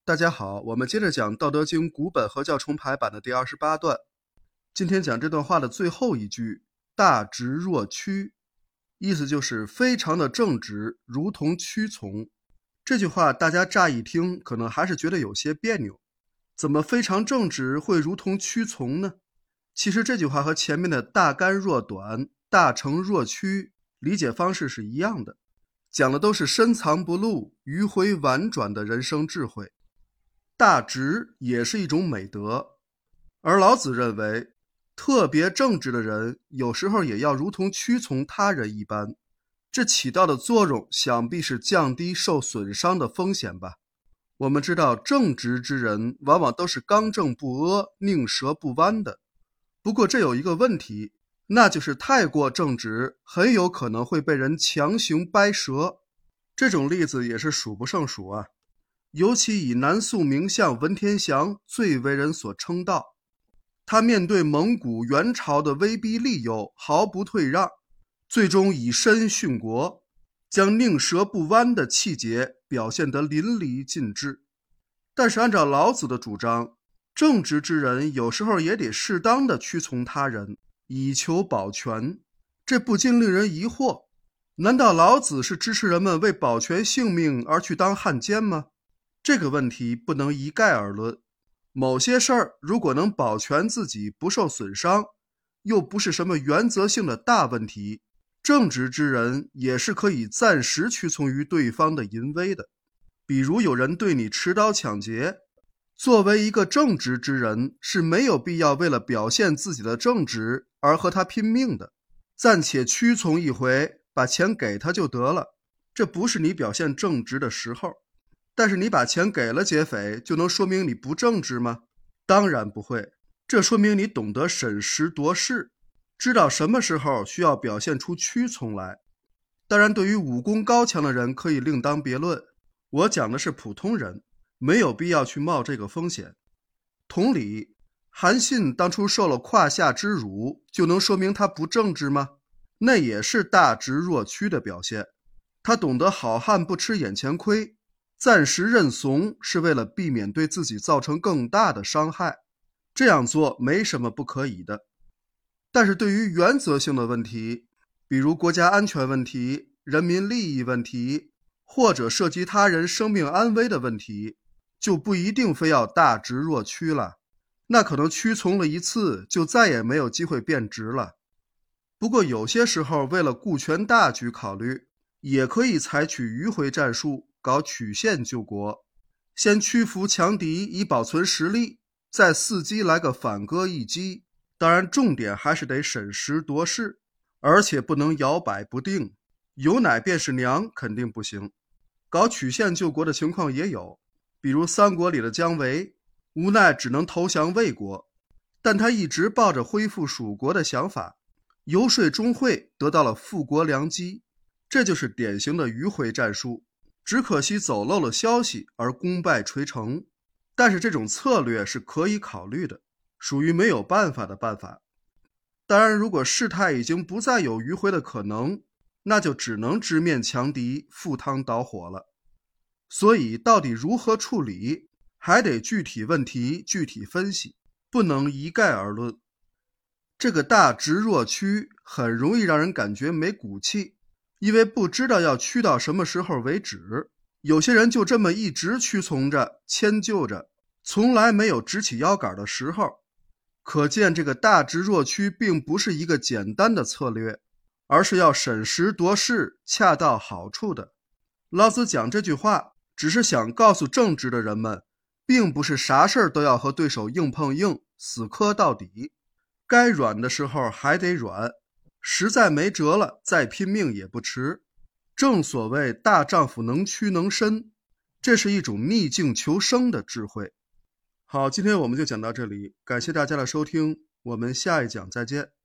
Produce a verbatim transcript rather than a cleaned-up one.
大家好，我们接着讲《道德经》古本合教重排版的第二十八段。今天讲这段话的最后一句，大直若屈，意思就是非常的正直，如同屈从。这句话大家乍一听，可能还是觉得有些别扭。怎么非常正直会如同屈从呢？其实这句话和前面的大干若短，大成若屈理解方式是一样的，讲的都是深藏不露、迂回婉转的人生智慧。大直也是一种美德，而老子认为特别正直的人有时候也要如同屈从他人一般，这起到的作用想必是降低受损伤的风险吧。我们知道正直之人往往都是刚正不阿、宁折不弯的，不过这有一个问题，那就是太过正直很有可能会被人强行掰折。这种例子也是数不胜数啊。尤其以南宋名相文天祥最为人所称道，他面对蒙古元朝的威逼利诱毫不退让，最终以身殉国，将宁折不弯的气节表现得淋漓尽致。但是按照老子的主张，正直之人有时候也得适当的屈从他人，以求保全。这不禁令人疑惑，难道老子是支持人们为保全性命而去当汉奸吗？这个问题不能一概而论，某些事儿如果能保全自己不受损伤，又不是什么原则性的大问题，正直之人也是可以暂时屈从于对方的淫威的。比如有人对你持刀抢劫，作为一个正直之人是没有必要为了表现自己的正直而和他拼命的，暂且屈从一回，把钱给他就得了，这不是你表现正直的时候。但是你把钱给了劫匪，就能说明你不正直吗？当然不会，这说明你懂得审时度势，知道什么时候需要表现出屈从来。当然对于武功高强的人可以另当别论，我讲的是普通人，没有必要去冒这个风险。同理，韩信当初受了胯下之辱，就能说明他不正直吗？那也是大直若屈的表现。他懂得好汉不吃眼前亏，暂时认怂是为了避免对自己造成更大的伤害，这样做没什么不可以的。但是对于原则性的问题，比如国家安全问题、人民利益问题，或者涉及他人生命安危的问题，就不一定非要大直若屈了，那可能屈从了一次就再也没有机会变直了。不过有些时候为了顾全大局考虑，也可以采取迂回战术，搞曲线救国，先屈服强敌以保存实力，再伺机来个反戈一击。当然重点还是得审时度势，而且不能摇摆不定，有奶便是娘肯定不行。搞曲线救国的情况也有，比如三国里的姜维，无奈只能投降魏国，但他一直抱着恢复蜀国的想法，游说钟会得到了复国良机，这就是典型的迂回战术，只可惜走漏了消息而功败垂成。但是这种策略是可以考虑的，属于没有办法的办法。当然如果事态已经不再有迂回的可能，那就只能直面强敌，赴汤蹈火了。所以到底如何处理，还得具体问题具体分析，不能一概而论。这个大直若屈很容易让人感觉没骨气，因为不知道要屈到什么时候为止，有些人就这么一直屈从着、迁就着，从来没有直起腰杆的时候。可见这个大直若屈并不是一个简单的策略，而是要审时度势、恰到好处的。老子讲这句话，只是想告诉正直的人们，并不是啥事儿都要和对手硬碰硬、死磕到底，该软的时候还得软，实在没辙了，再拼命也不迟。正所谓大丈夫能屈能伸，这是一种逆境求生的智慧。好，今天我们就讲到这里，感谢大家的收听，我们下一讲再见。